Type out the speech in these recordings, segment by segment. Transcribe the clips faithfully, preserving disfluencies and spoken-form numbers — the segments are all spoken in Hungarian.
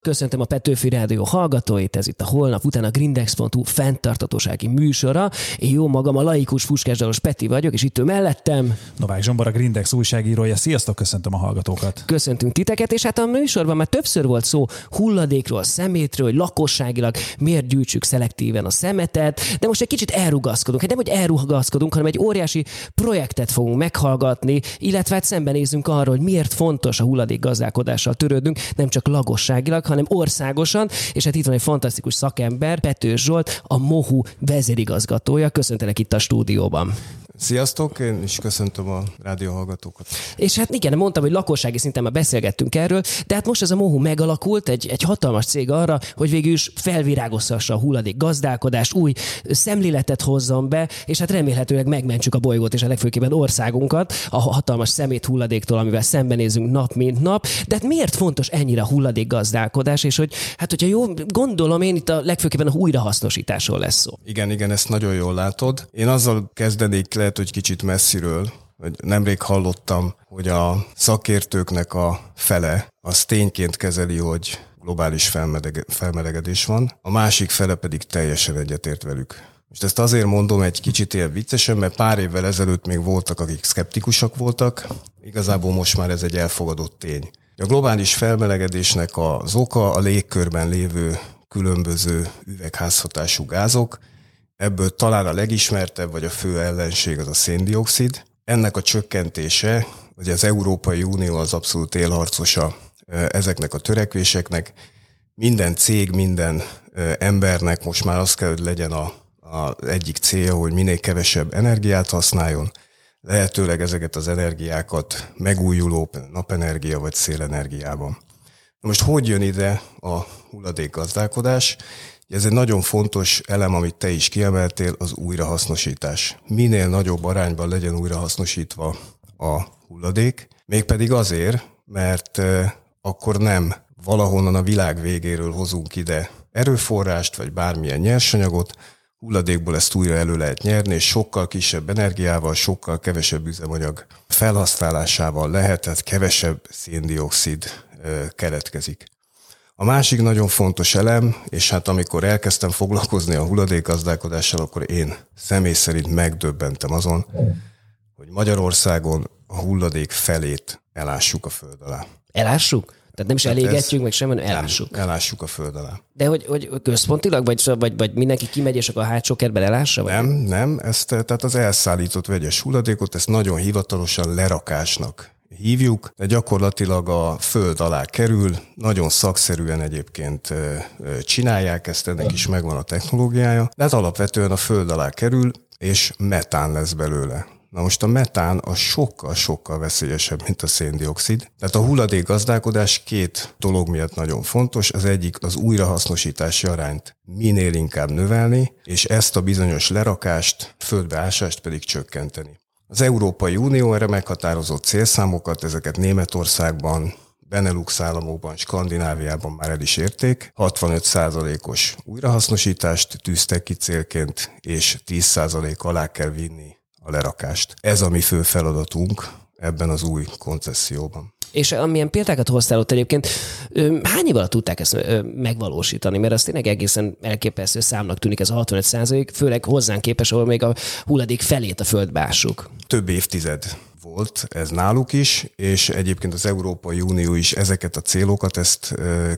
Köszöntöm a Petőfi Rádió hallgatóit, ez itt a Holnap után a Grindex pont hu fenntarthatósági műsora. Én jó magam a laikus Puskásdalos Peti vagyok, és itt ő mellettem Novák Zsombor, a Grindex újságírója. Sziasztok, köszöntöm a hallgatókat. Köszöntünk titeket, és hát a műsorban már többször volt szó hulladékról, szemétről, hogy lakosságilag miért gyűjtsük szelektíven a szemetet, de most egy kicsit elrugaszkodunk. Hát nem, hogy elrugaszkodunk, hanem egy óriási projektet fogunk meghallgatni, illetve hát szembenézünk arról, hogy miért fontos a hulladék gazdálkodással törődnünk, nem csak lakosságilag, hanem országosan, és hát itt van egy fantasztikus szakember, Petős Zsolt, a MOHU vezérigazgatója. Köszöntelek itt a stúdióban. Sziasztok, én is köszöntöm a rádióhallgatókat. És hát igen, mondtam, hogy lakossági szinten már beszélgettünk erről, de hát most ez a MOHU megalakult, egy, egy hatalmas cég arra, hogy végül is felvirágozhassa a hulladék gazdálkodást, új szemléletet hozzon be, és hát remélhetőleg megmentsük a bolygót és a legfőképpen országunkat a hatalmas szemét hulladéktól, amivel szembenézünk nap mint nap. De hát miért fontos ennyire a hulladék gazdálkodás, és hogy hát hogyha jó, gondolom én itt a legfőképpen a újrahasznosításról lesz szó. Igen, igen, ezt nagyon jól látod. Én azzal kezdenék, lehet, hogy kicsit messziről, hogy nemrég hallottam, hogy a szakértőknek a fele az tényként kezeli, hogy globális felmeleg- felmelegedés van, a másik fele pedig teljesen egyetért velük. Most ezt azért mondom egy kicsit ilyen viccesen, mert pár évvel ezelőtt még voltak, akik szkeptikusak voltak, igazából most már ez egy elfogadott tény. A globális felmelegedésnek az oka a légkörben lévő különböző üvegházhatású gázok, ebből talán a legismertebb, vagy a fő ellenség az a széndioxid. Ennek a csökkentése, hogy az Európai Unió az abszolút élharcosa ezeknek a törekvéseknek, minden cég, minden embernek most már az kell, hogy legyen a, a egyik célja, hogy minél kevesebb energiát használjon, lehetőleg ezeket az energiákat megújuló napenergia vagy szélenergiában. Most hogy jön ide a hulladékgazdálkodás? Ez egy nagyon fontos elem, amit te is kiemeltél, az újrahasznosítás. Minél nagyobb arányban legyen újrahasznosítva a hulladék, mégpedig azért, mert akkor nem valahonnan a világ végéről hozunk ide erőforrást, vagy bármilyen nyersanyagot, hulladékból ezt újra elő lehet nyerni, és sokkal kisebb energiával, sokkal kevesebb üzemanyag felhasználásával lehet, tehát kevesebb széndioxid keletkezik. A másik nagyon fontos elem, és hát amikor elkezdtem foglalkozni a hulladékgazdálkodással, akkor én személy szerint megdöbbentem azon, hogy Magyarországon a hulladék felét elássuk a föld alá. Elássuk? Tehát nem is Tehát elégetjük, meg semmi, elássuk. Elássuk a föld alá. De hogy, hogy központilag, vagy, vagy, vagy mindenki kimegy, és akkor a hátsó kertben elássa? Vagy? Nem, nem, ezt, tehát az elszállított vegyes hulladékot, ezt nagyon hivatalosan lerakásnak hívjuk, de gyakorlatilag a föld alá kerül, nagyon szakszerűen egyébként csinálják ezt, ennek is megvan a technológiája, de hát alapvetően a föld alá kerül, és metán lesz belőle. Na most a metán az sokkal-sokkal veszélyesebb, mint a széndioxid. Tehát a hulladékgazdálkodás két dolog miatt nagyon fontos. Az egyik az újrahasznosítási arányt minél inkább növelni, és ezt a bizonyos lerakást, földbeásást pedig csökkenteni. Az Európai Unió erre meghatározott célszámokat, ezeket Németországban, Benelux államokban, Skandináviában már el is érték. hatvanöt százalékos újrahasznosítást tűztek ki célként, és tíz százalék alá kell vinni a lerakást. Ez a mi fő feladatunk ebben az új koncesszióban. És amilyen példákat hoztál ott egyébként, hány év alatt tudták ezt megvalósítani? Mert az tényleg egészen elképesztő számnak tűnik ez a hatvanöt százalék, főleg hozzánk képes, ahol még a hulladék felét a földbe ássuk. Több évtized volt ez náluk is, és egyébként az Európai Unió is ezeket a célokat, ezt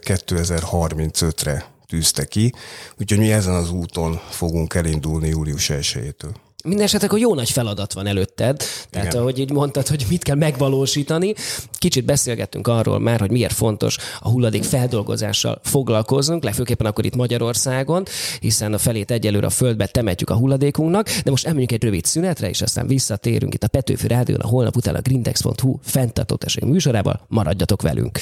kétezer-harmincötre tűzte ki, úgyhogy mi ezen az úton fogunk elindulni július elsejétől. Mindenesetre akkor jó nagy feladat van előtted, tehát igen. Ahogy így mondtad, hogy mit kell megvalósítani. Kicsit beszélgettünk arról már, hogy miért fontos a hulladék feldolgozással foglalkoznunk, legfőképpen akkor itt Magyarországon, hiszen a felét egyelőre a földbe temetjük a hulladékunknak, de most elmegyünk egy rövid szünetre, és aztán visszatérünk itt a Petőfi Rádión a Holnap után a Grindex pont hu fenntarthatósági műsorával. Maradjatok velünk!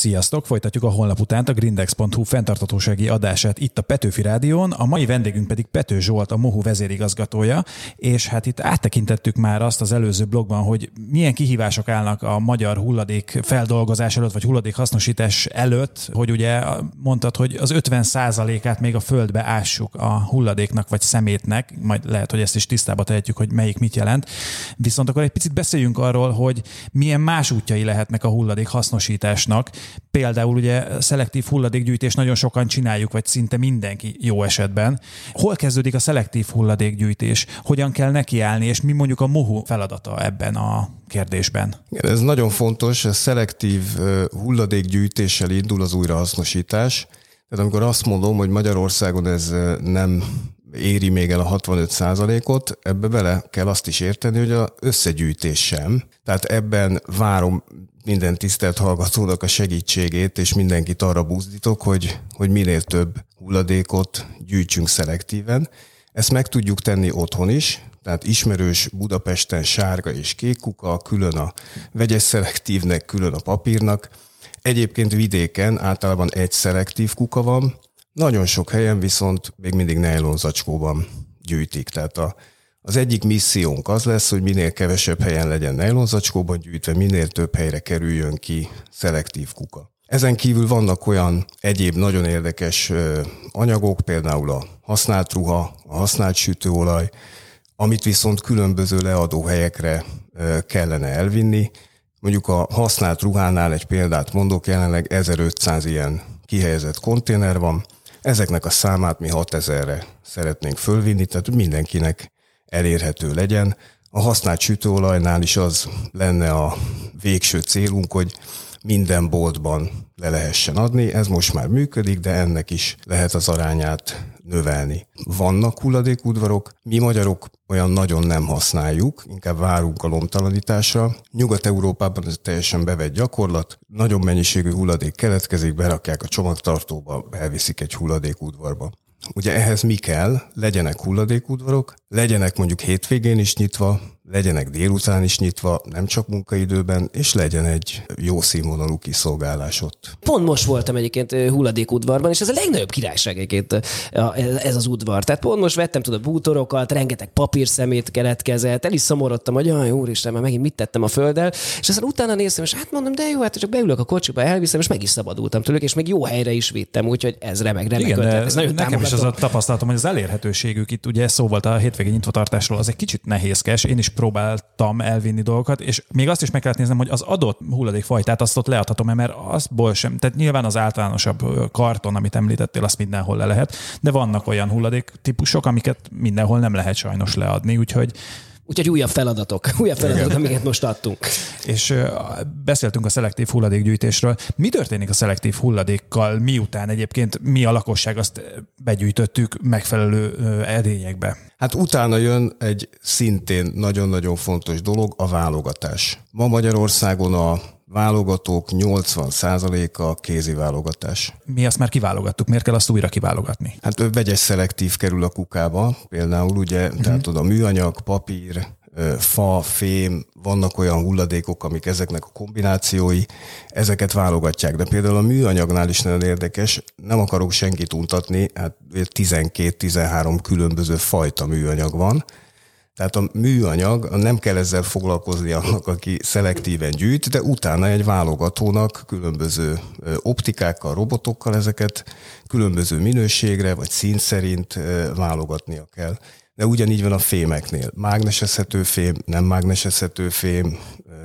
Sziasztok! Folytatjuk a honlap után a grindex pont hu fenntarthatósági adását itt a Petőfi Rádión. A mai vendégünk pedig Pető Zsolt, a MOHU vezérigazgatója, és hát itt áttekintettük már azt az előző blogban, hogy milyen kihívások állnak a magyar hulladék feldolgozás előtt, vagy hulladék hasznosítás előtt, hogy ugye mondtad, hogy az ötven százalékát még a földbe ássuk a hulladéknak, vagy szemétnek, majd lehet, hogy ezt is tisztába tehetjük, hogy melyik mit jelent. Viszont akkor egy picit beszéljünk arról, hogy milyen más útjai lehetnek a hulladék hasznosításnak. Például ugye szelektív hulladékgyűjtés nagyon sokan csináljuk, vagy szinte mindenki jó esetben. Hol kezdődik a szelektív hulladékgyűjtés? Hogyan kell nekiállni, és mi mondjuk a MOHU feladata ebben a kérdésben? Igen, ez nagyon fontos, a szelektív hulladékgyűjtéssel indul az újrahasznosítás. Tehát amikor azt mondom, hogy Magyarországon ez nem éri még el a hatvanöt százalékot, ebbe bele kell azt is érteni, hogy az összegyűjtés sem. Tehát ebben várom minden tisztelt hallgatónak a segítségét, és mindenkit arra buzdítok, hogy, hogy minél több hulladékot gyűjtsünk szelektíven. Ezt meg tudjuk tenni otthon is, tehát ismerős Budapesten sárga és kék kuka, külön a vegyes szelektívnek, külön a papírnak. Egyébként vidéken általában egy szelektív kuka van, nagyon sok helyen viszont még mindig nejlonzacskóban gyűjtik. Tehát a, az egyik missziónk az lesz, hogy minél kevesebb helyen legyen nejlonzacskóban gyűjtve, minél több helyre kerüljön ki szelektív kuka. Ezen kívül vannak olyan egyéb nagyon érdekes anyagok, például a használt ruha, a használt sütőolaj, amit viszont különböző leadóhelyekre kellene elvinni. Mondjuk a használt ruhánál egy példát mondok, jelenleg ezerötszáz ilyen kihelyezett konténer van. Ezeknek a számát mi hatezerre szeretnénk fölvinni, tehát mindenkinek elérhető legyen. A használt sütőolajnál is az lenne a végső célunk, hogy minden boltban le lehessen adni. Ez most már működik, de ennek is lehet az arányát növelni. Vannak hulladékudvarok, mi magyarok olyan nagyon nem használjuk, inkább várunk a lomtalanításra. Nyugat-Európában ez teljesen bevett gyakorlat, nagyon mennyiségű hulladék keletkezik, berakják a csomagtartóba, elviszik egy hulladékudvarba. Ugye ehhez mi kell? Legyenek hulladékudvarok, legyenek mondjuk hétvégén is nyitva, legyenek délután is nyitva, nem csak munkaidőben, és legyen egy jó színvonalú kiszolgálás ott. Pont most voltam egyébként hulladékudvarban, és ez a legnagyobb királyság egyébként ez az udvar. Tehát pont most vettem, tudod, bútorokat, rengeteg papírszemét keletkezett, el is szomorodtam, hogy jaj, úristen, már megint mit tettem a földdel, és aztán utána néztem, és hát mondom, de jó, hát csak beülök a kocsiba, elviszem, és meg is szabadultam tőlük, és még jó helyre is vittem, úgyhogy ez remek, remek. Igen, ötlet. Ez nagyon nekem támogatom. is az a tapasztalatom, hogy az elérhetőségük itt, ugye szó volt a hétvégi nyitvatartásról, az egy kicsit nehézkes. Én is próbáltam elvinni dolgokat, és még azt is meg kellett néznem, hogy az adott hulladékfajtát azt ott leadhatom-e, mert azból sem, tehát nyilván az általánosabb karton, amit említettél, azt mindenhol le lehet, de vannak olyan hulladéktípusok, amiket mindenhol nem lehet sajnos leadni, úgyhogy Úgyhogy újabb feladatok, újabb feladatok, igen, amiket most adtunk. És uh, beszéltünk a szelektív hulladékgyűjtésről. Mi történik a szelektív hulladékkal, miután egyébként mi a lakosság azt begyűjtöttük megfelelő uh, edényekbe? Hát utána jön egy szintén nagyon-nagyon fontos dolog, a válogatás. Ma Magyarországon a válogatók nyolcvan százaléka kézi válogatás. Mi azt már kiválogattuk, miért kell azt újra kiválogatni? Hát vegyes szelektív kerül a kukába, például ugye, uh-huh. tehát oda műanyag, papír, fa, fém, vannak olyan hulladékok, amik ezeknek a kombinációi, ezeket válogatják. De például a műanyagnál is nagyon érdekes, nem akarok senkit untatni, hát tizenkét-tizenhárom különböző fajta műanyag van. Tehát a műanyag, nem kell ezzel foglalkozni annak, aki szelektíven gyűjt, de utána egy válogatónak különböző optikákkal, robotokkal ezeket különböző minőségre vagy szín szerint válogatnia kell. De ugyanígy van a fémeknél. Mágnesezhető fém, nem mágnesezhető fém,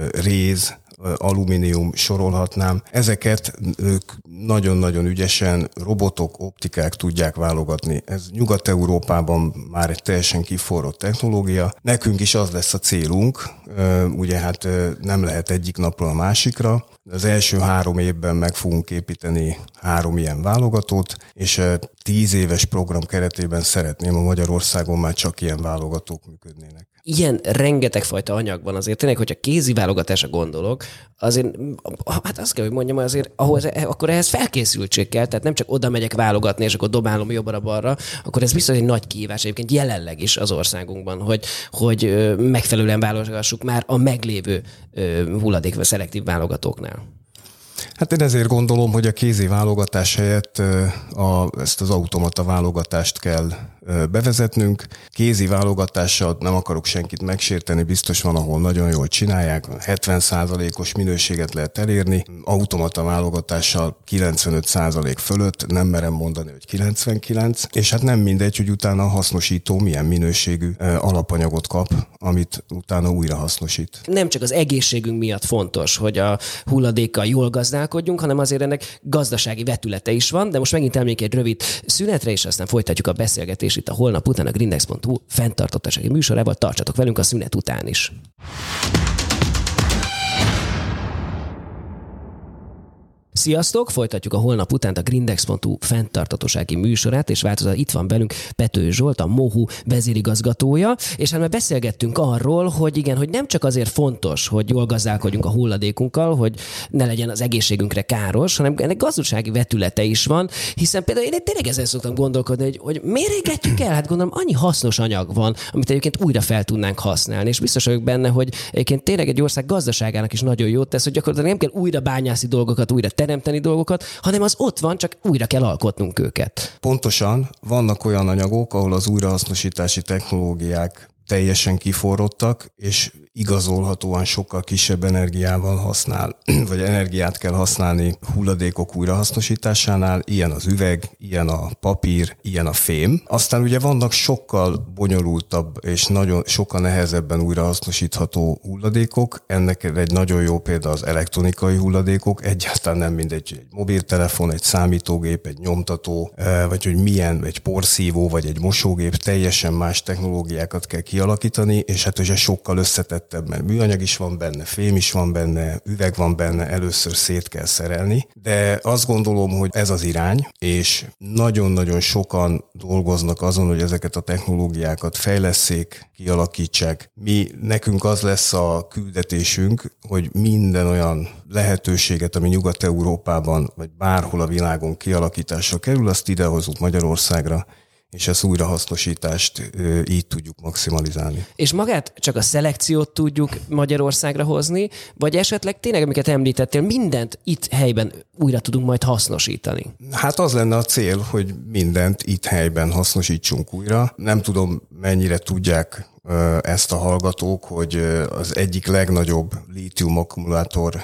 réz, alumínium, sorolhatnám. Ezeket ők nagyon-nagyon ügyesen robotok, optikák tudják válogatni. Ez Nyugat-Európában már egy teljesen kiforrott technológia. Nekünk is az lesz a célunk, ugye hát nem lehet egyik napról a másikra. Az első három évben meg fogunk építeni három ilyen válogatót, és tíz éves program keretében szeretném, a Magyarországon már csak ilyen válogatók működnének. Ilyen rengeteg fajta anyag van azért, tényleg, hogyha kézi válogatásra gondolok, azért, hát azt kell, hogy mondjam, azért ahhoz, akkor ehhez felkészültség kell, tehát nem csak oda megyek válogatni, és akkor dobálom jobbra-balra, akkor ez biztos egy nagy kihívás egyébként jelenleg is az országunkban, hogy, hogy megfelelően válogassuk már a meglévő hulladék vagy szelektív válogatóknál. Hát én ezért gondolom, hogy a kézi válogatás helyett a, ezt az automata válogatást kell bevezetnünk. Kézi válogatással nem akarok senkit megsérteni, biztos van, ahol nagyon jól csinálják, hetven százalékos minőséget lehet elérni, automata válogatással kilencvenöt százalék fölött, nem merem mondani, hogy kilencvenkilenc, és hát nem mindegy, hogy utána a hasznosító milyen minőségű alapanyagot kap, amit utána újra hasznosít. Nem csak az egészségünk miatt fontos, hogy a hulladékkal jól gazdálkodjunk, hanem azért ennek gazdasági vetülete is van, de most megint elmegyünk egy rövid szünetre, és aztán folytatjuk a beszélgetést itt a Holnap után a grindex pont hu fenntarthatósági műsorával. Tartsatok velünk a szünet után is. Sziasztok! Folytatjuk a Holnap után a grindex pont hu fenntarthatósági műsorát, és változat itt van velünk Pető Zsolt, a MOHU vezérigazgatója, és hát már beszélgettünk arról, hogy igen, hogy nem csak azért fontos, hogy jól gazdálkodjunk a hulladékunkkal, hogy ne legyen az egészségünkre káros, hanem ennek gazdasági vetülete is van, hiszen például én tényleg ezen szoktam gondolkodni, hogy, hogy miért égetjük el? Hát gondolom annyi hasznos anyag van, amit egyébként újra fel tudnánk használni, és biztos vagyok benne, hogy egyébként tényleg egy ország gazdaságának is nagyon jót tesz, hogy gyakorlatilag nem kell újra bányászi dolgokat, újra teremteni dolgokat, hanem az ott van, csak újra kell alkotnunk őket. Pontosan, vannak olyan anyagok, ahol az újrahasznosítási technológiák teljesen kiforrottak, és igazolhatóan sokkal kisebb energiával használ, vagy energiát kell használni hulladékok újrahasznosításánál, ilyen az üveg, ilyen a papír, ilyen a fém. Aztán ugye vannak sokkal bonyolultabb és nagyon sokkal nehezebben újrahasznosítható hulladékok. Ennek egy nagyon jó példa az elektronikai hulladékok. Egyáltalán nem mindegy, egy mobiltelefon, egy számítógép, egy nyomtató, vagy hogy milyen, egy porszívó, vagy egy mosógép, teljesen más technológiákat kell kialakítani, és hát ugye sokkal összetettebb, mert műanyag is van benne, fém is van benne, üveg van benne, először szét kell szerelni. De azt gondolom, hogy ez az irány, és nagyon-nagyon sokan dolgoznak azon, hogy ezeket a technológiákat fejlesszék, kialakítsák. Mi, nekünk az lesz a küldetésünk, hogy minden olyan lehetőséget, ami Nyugat-Európában, vagy bárhol a világon kialakításra kerül, azt idehozunk Magyarországra, és az újrahasznosítást így tudjuk maximalizálni. És magát csak a szelekciót tudjuk Magyarországra hozni, vagy esetleg tényleg, amiket említettél, mindent itt helyben újra tudunk majd hasznosítani? Hát az lenne a cél, hogy mindent itt helyben hasznosítsunk újra. Nem tudom, mennyire tudják ezt a hallgatók, hogy az egyik legnagyobb lítium akkumulátor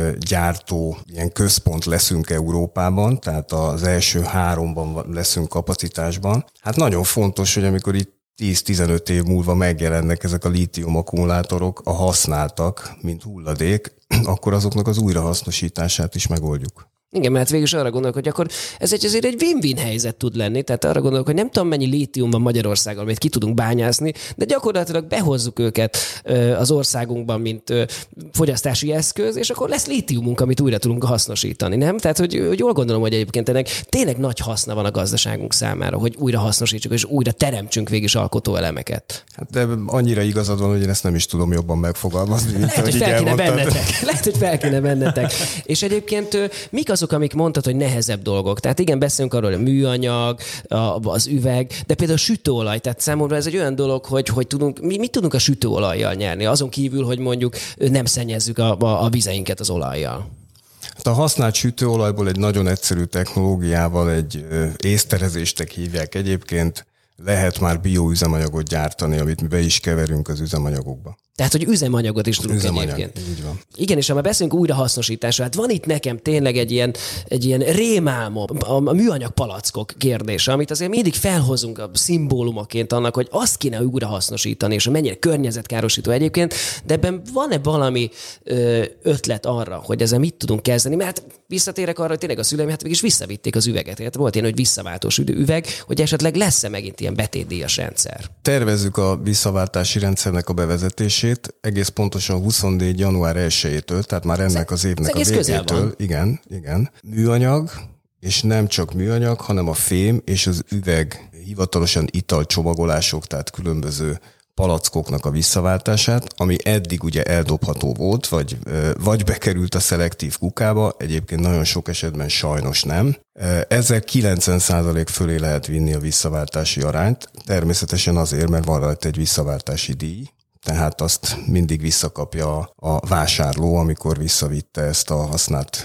gyártó ilyen központ leszünk Európában, tehát az első háromban leszünk kapacitásban. Hát nagyon fontos, hogy amikor itt tíz-tizenöt év múlva megjelennek ezek a lítium akkumulátorok, a használtak, mint hulladék, akkor azoknak az újrahasznosítását is megoldjuk. Igen, mert végül is arra gondolok, hogy akkor ez egy, azért egy win-win helyzet tud lenni, tehát arra gondolok, hogy nem tudom, mennyi lítium van Magyarországon, amit ki tudunk bányászni, de gyakorlatilag behozzuk őket az országunkban, mint fogyasztási eszköz, és akkor lesz lítiumunk, amit újra tudunk hasznosítani, nem? Tehát, hogy, hogy jól gondolom, hogy egyébként ennek tényleg nagy haszna van a gazdaságunk számára, hogy újra hasznosítsuk, és újra teremtsünk végig is alkotó elemeket. Hát de annyira igazad van, hogy én ezt nem is tudom jobban megfogalmazni, mint Lehet, hogy fel kéne bennetek. Lehet, hogy fel kéne bennetek. És egyébként mik az azok, amik mondtad, hogy nehezebb dolgok. Tehát igen, beszélünk arról, hogy a műanyag, az üveg, de például a sütőolaj. Tehát számomra ez egy olyan dolog, hogy, hogy tudunk, mi mit tudunk a sütőolajjal nyerni, azon kívül, hogy mondjuk nem szennyezzük a, a, a vizeinket az olajjal. Hát a használt sütőolajból egy nagyon egyszerű technológiával, egy észterezéstek hívják egyébként, lehet már bioüzemanyagot gyártani, amit mi be is keverünk az üzemanyagokba. Tehát, hogy üzemanyagot is tudunk Üzemanyag, egyébként. Így van. Igen, és ha már beszélünk újrahasznosításra, hát van itt nekem tényleg egy ilyen, egy ilyen rémálmom, a, a műanyag palackok kérdése, amit azért mindig felhozunk a szimbólumaként annak, hogy azt kéne újrahasznosítani, és mennyire környezetkárosító egyébként, de ebben van-e valami ö, ötlet arra, hogy ezzel mit tudunk kezdeni? Mert visszatérek arra, hogy tényleg a szüleim hát mégis visszavitték az üveget. Tehát volt ilyen, hogy visszaváltós üveg, hogy esetleg lesz-e megint ilyen betétdíjas rendszer? Tervezzük a visszaváltási rendszernek a bevezetését, egész pontosan huszonnégy január elsejétől, tehát már ennek az évnek a végétől. Igen, igen. Műanyag, és nem csak műanyag, hanem a fém és az üveg, hivatalosan italcsomagolások, tehát különböző palackoknak a visszaváltását, ami eddig ugye eldobható volt, vagy, vagy bekerült a szelektív kukába, egyébként nagyon sok esetben sajnos nem. Ezzel kilencven százalék fölé lehet vinni a visszaváltási arányt, természetesen azért, mert van rajta egy visszaváltási díj, tehát azt mindig visszakapja a vásárló, amikor visszavitte ezt a használt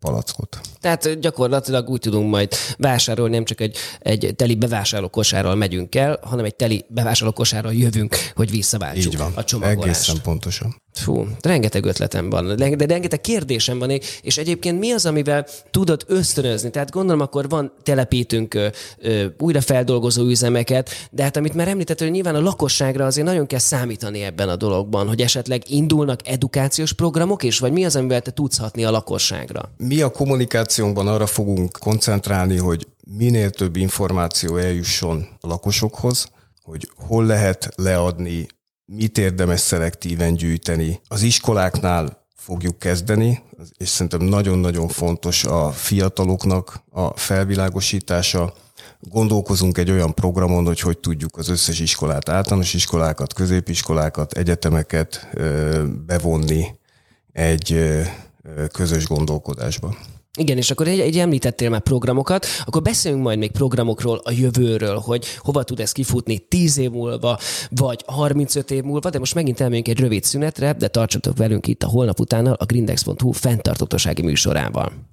palackot. Tehát gyakorlatilag úgy tudunk majd vásárolni, nem csak egy, egy teli bevásárlókosárral megyünk el, hanem egy teli bevásárlókosárral jövünk, hogy visszaváltsuk Így van. a csomagolást. Egészen pontosan. Fú, rengeteg ötletem van, de rengeteg kérdésem van, és egyébként mi az, amivel tudod ösztönözni? Tehát gondolom, akkor van, telepítünk ö, ö, újrafeldolgozó üzemeket, de hát amit már említettem, hogy nyilván a lakosságra azért nagyon kell számítani ebben a dologban, hogy esetleg indulnak edukációs programok is, vagy mi az, amivel te tudsz hatni a lakosságra? Mi a kommunikációnkban arra fogunk koncentrálni, hogy minél több információ eljusson a lakosokhoz, hogy hol lehet leadni, mit érdemes szelektíven gyűjteni. Az iskoláknál fogjuk kezdeni, és szerintem nagyon-nagyon fontos a fiataloknak a felvilágosítása. Gondolkozunk egy olyan programon, hogy hogy tudjuk az összes iskolát, általános iskolákat, középiskolákat, egyetemeket bevonni egy közös gondolkodásba. Igen, és akkor egy, egy említettél már programokat, akkor beszéljünk majd még programokról, a jövőről, hogy hova tud ez kifutni tíz év múlva, vagy harmincöt év múlva, de most megint elmegyünk egy rövid szünetre, de tartsatok velünk itt a holnap utána a grindex pont hu fenntarthatósági műsorában.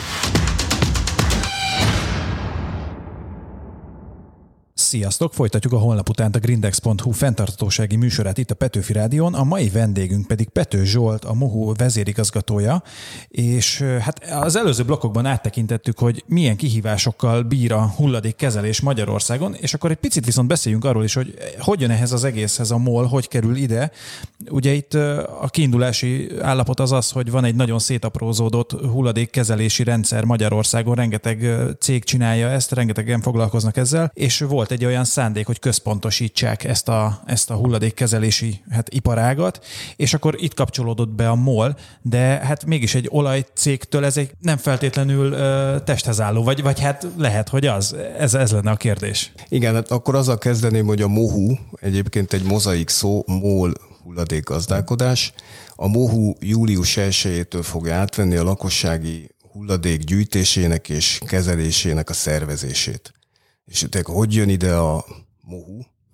Sziasztok! Folytatjuk a holnap után a grindex pont hu fenntarthatósági műsorát itt a Petőfi Rádión. A mai vendégünk pedig Pető Zsolt, a MOHU vezérigazgatója, és hát az előző blokkokban áttekintettük, hogy milyen kihívásokkal bír a hulladékkezelés Magyarországon, és akkor egy picit viszont beszéljünk arról is, hogy hogy jön ehhez az egészhez a MOL, hogy kerül ide. Ugye itt a kiindulási állapot az az, hogy van egy nagyon szétaprózódott hulladékkezelési rendszer Magyarországon, rengeteg cég csinálja ezt, rengetegen foglalkoznak ezzel, és volt egy olyan szándék, hogy központosítsák ezt a, ezt a hulladékkezelési hát, iparágat, és akkor itt kapcsolódott be a MOL, de hát mégis egy olajcégtől ez egy nem feltétlenül ö, testhez álló, vagy, vagy hát lehet, hogy az. Ez, ez lenne a kérdés. Igen, hát akkor azzal kezdeném, hogy a MOHU egyébként egy mozaik szó, MOL hulladékgazdálkodás. A MOHU július elsejétől fogja átvenni a lakossági hulladék gyűjtésének és kezelésének a szervezését. És hogy jön ide a MOHU?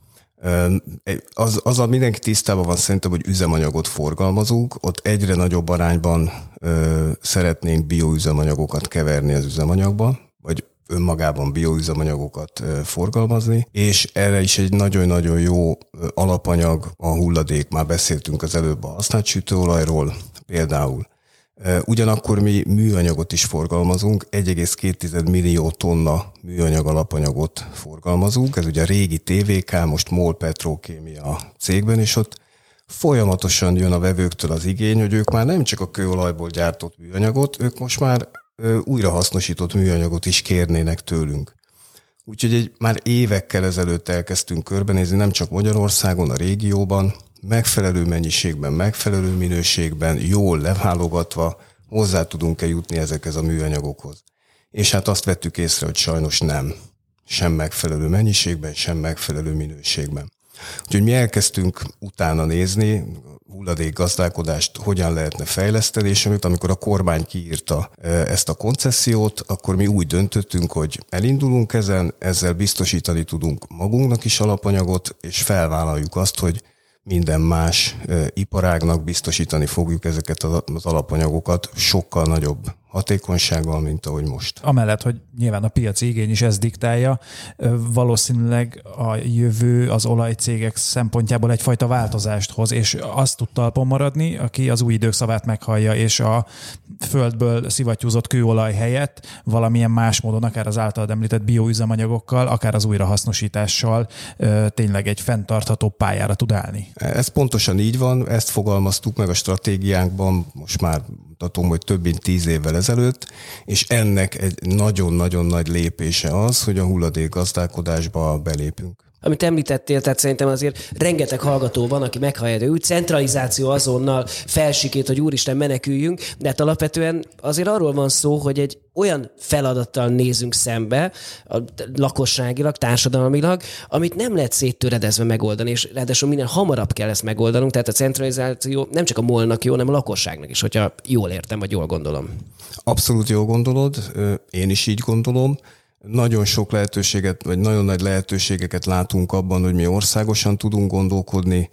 Az, azzal mindenki tisztában van szerintem, hogy üzemanyagot forgalmazunk, ott egyre nagyobb arányban ö, szeretnénk bioüzemanyagokat keverni az üzemanyagba, vagy önmagában bioüzemanyagokat ö, forgalmazni, és erre is egy nagyon-nagyon jó alapanyag a hulladék, már beszéltünk az előbb a használt sütőolajról például. Ugyanakkor mi műanyagot is forgalmazunk, egy egész két millió tonna műanyag alapanyagot forgalmazunk, ez ugye a régi té vé ká, most MOL Petrokémia cégben, és ott folyamatosan jön a vevőktől az igény, hogy ők már nem csak a kőolajból gyártott műanyagot, ők most már újrahasznosított műanyagot is kérnének tőlünk. Úgyhogy egy, már évekkel ezelőtt elkezdtünk körbenézni, nem csak Magyarországon, a régióban, megfelelő mennyiségben, megfelelő minőségben, jól leválogatva hozzá tudunk-e jutni ezekhez a műanyagokhoz. És hát azt vettük észre, hogy sajnos nem. Sem megfelelő mennyiségben, sem megfelelő minőségben. Úgyhogy mi elkezdtünk utána nézni, hulladékgazdálkodást hogyan lehetne fejleszteni, és amikor a kormány kiírta ezt a koncesziót, akkor mi úgy döntöttünk, hogy elindulunk ezen, ezzel biztosítani tudunk magunknak is alapanyagot, és felvállaljuk azt, hogy minden más iparágnak biztosítani fogjuk ezeket az alapanyagokat sokkal nagyobb hatékonysággal, mint ahogy most. Amellett, hogy nyilván a piaci igény is ezt diktálja, valószínűleg a jövő az olajcégek szempontjából egyfajta változást hoz, és azt tud talpon maradni, aki az új idők szavát meghallja, és a földből szivattyúzott kőolaj helyett valamilyen más módon, akár az általad említett bioüzemanyagokkal, akár az újrahasznosítással tényleg egy fenntartható pályára tud állni. Ez pontosan így van, ezt fogalmaztuk meg a stratégiánkban, most már mutatom, hogy több mint tíz évvel ezelőtt, és ennek egy nagyon-nagyon nagy lépése az, hogy a hulladékgazdálkodásba belépünk. Amit említettél, tehát szerintem azért rengeteg hallgató van, aki meghallja, hogy úgy centralizáció azonnal felsikít, hogy úristen meneküljünk, de hát alapvetően azért arról van szó, hogy egy olyan feladattal nézünk szembe, a lakosságilag, társadalmilag, amit nem lehet széttöredezve megoldani, és ráadásul minden hamarabb kell ezt megoldanunk, tehát a centralizáció nem csak a MOL-nak jó, hanem a lakosságnak is, hogyha jól értem, vagy jól gondolom. Abszolút jól gondolod, én is így gondolom. Nagyon sok lehetőséget, vagy nagyon nagy lehetőségeket látunk abban, hogy mi országosan tudunk gondolkodni,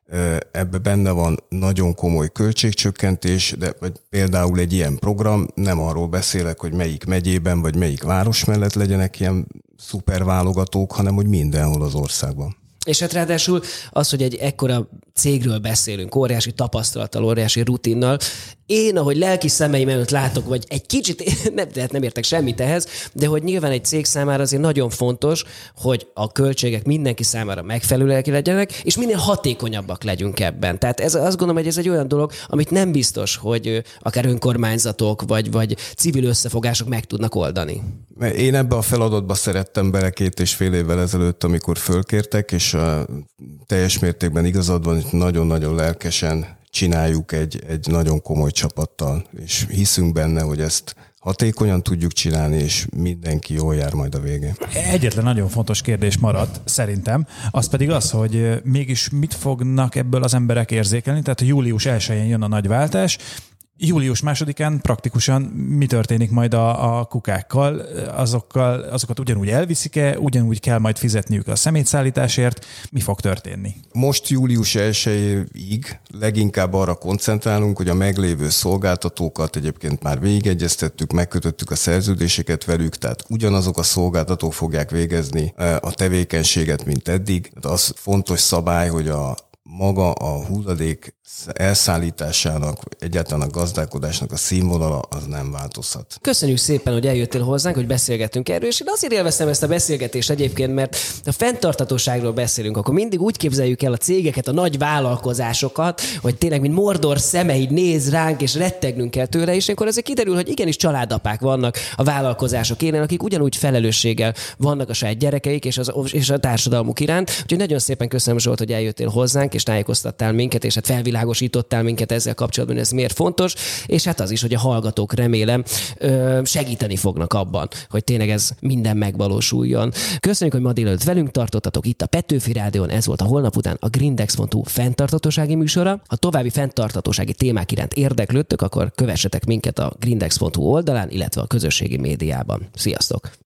Ebbe benne van nagyon komoly költségcsökkentés, de vagy például egy ilyen program, nem arról beszélek, hogy melyik megyében vagy melyik város mellett legyenek ilyen szuperválogatók, hanem hogy mindenhol az országban. És hát ráadásul az, hogy egy ekkora cégről beszélünk, óriási tapasztalattal, óriási rutinnal, én, ahogy lelki szemeim előtt látok, vagy egy kicsit, nem, tehát nem értek semmit ehhez, de hogy nyilván egy cég számára azért nagyon fontos, hogy a költségek mindenki számára megfelelőek legyenek, és minél hatékonyabbak legyünk ebben. Tehát ez, azt gondolom, hogy ez egy olyan dolog, amit nem biztos, hogy akár önkormányzatok, vagy, vagy civil összefogások meg tudnak oldani. Én ebbe a feladatba szerettem bele két és fél évvel ezelőtt, amikor fölkértek, és a teljes mértékben igazad van, hogy nagyon-nagyon lelkesen csináljuk egy, egy nagyon komoly csapattal, és hiszünk benne, hogy ezt hatékonyan tudjuk csinálni, és mindenki jól jár majd a végén. Egyetlen nagyon fontos kérdés maradt szerintem, az pedig az, hogy mégis mit fognak ebből az emberek érzékelni, tehát július elsején jön a nagy váltás, július másodikán praktikusan mi történik majd a, a kukákkal? Azokkal, azokat ugyanúgy elviszik-e, ugyanúgy kell majd fizetniük a szemétszállításért? Mi fog történni? Most július elsejéig leginkább arra koncentrálunk, hogy a meglévő szolgáltatókat egyébként már végigegyeztettük, megkötöttük a szerződéseket velük, tehát ugyanazok a szolgáltatók fogják végezni a tevékenységet, mint eddig. Az fontos szabály, hogy a maga a hulladék elszállításának, egyáltalán a gazdálkodásnak a színvonala az nem változhat. Köszönjük szépen, hogy eljöttél hozzánk, hogy beszélgettünk erről, és én azért élveztem ezt a beszélgetést egyébként, mert a fenntarthatóságról beszélünk, akkor mindig úgy képzeljük el a cégeket, a nagy vállalkozásokat, hogy tényleg, mint Mordor szemei néz ránk, és rettegnünk kell tőle, és akkor azért kiderül, hogy igenis családapák vannak a vállalkozások élen, akik ugyanúgy felelősséggel vannak a saját gyerekeik és, az, és a társadalmuk iránt. Úgyhogy nagyon szépen köszönöm, Zsolt, hogy eljöttél hozzánk, és tájékoztattál minket, és hát felvilágosítottál minket ezzel kapcsolatban, ez miért fontos, és hát az is, hogy a hallgatók remélem segíteni fognak abban, hogy tényleg ez minden megvalósuljon. Köszönjük, hogy ma délelőtt velünk tartottatok itt a Petőfi Rádión, ez volt a Holnap után a grindex pont hu fenntarthatósági műsora. Ha további fenntarthatósági témák iránt érdeklődtök, akkor kövessetek minket a grindex pont hu oldalán, illetve a közösségi médiában. Sziasztok!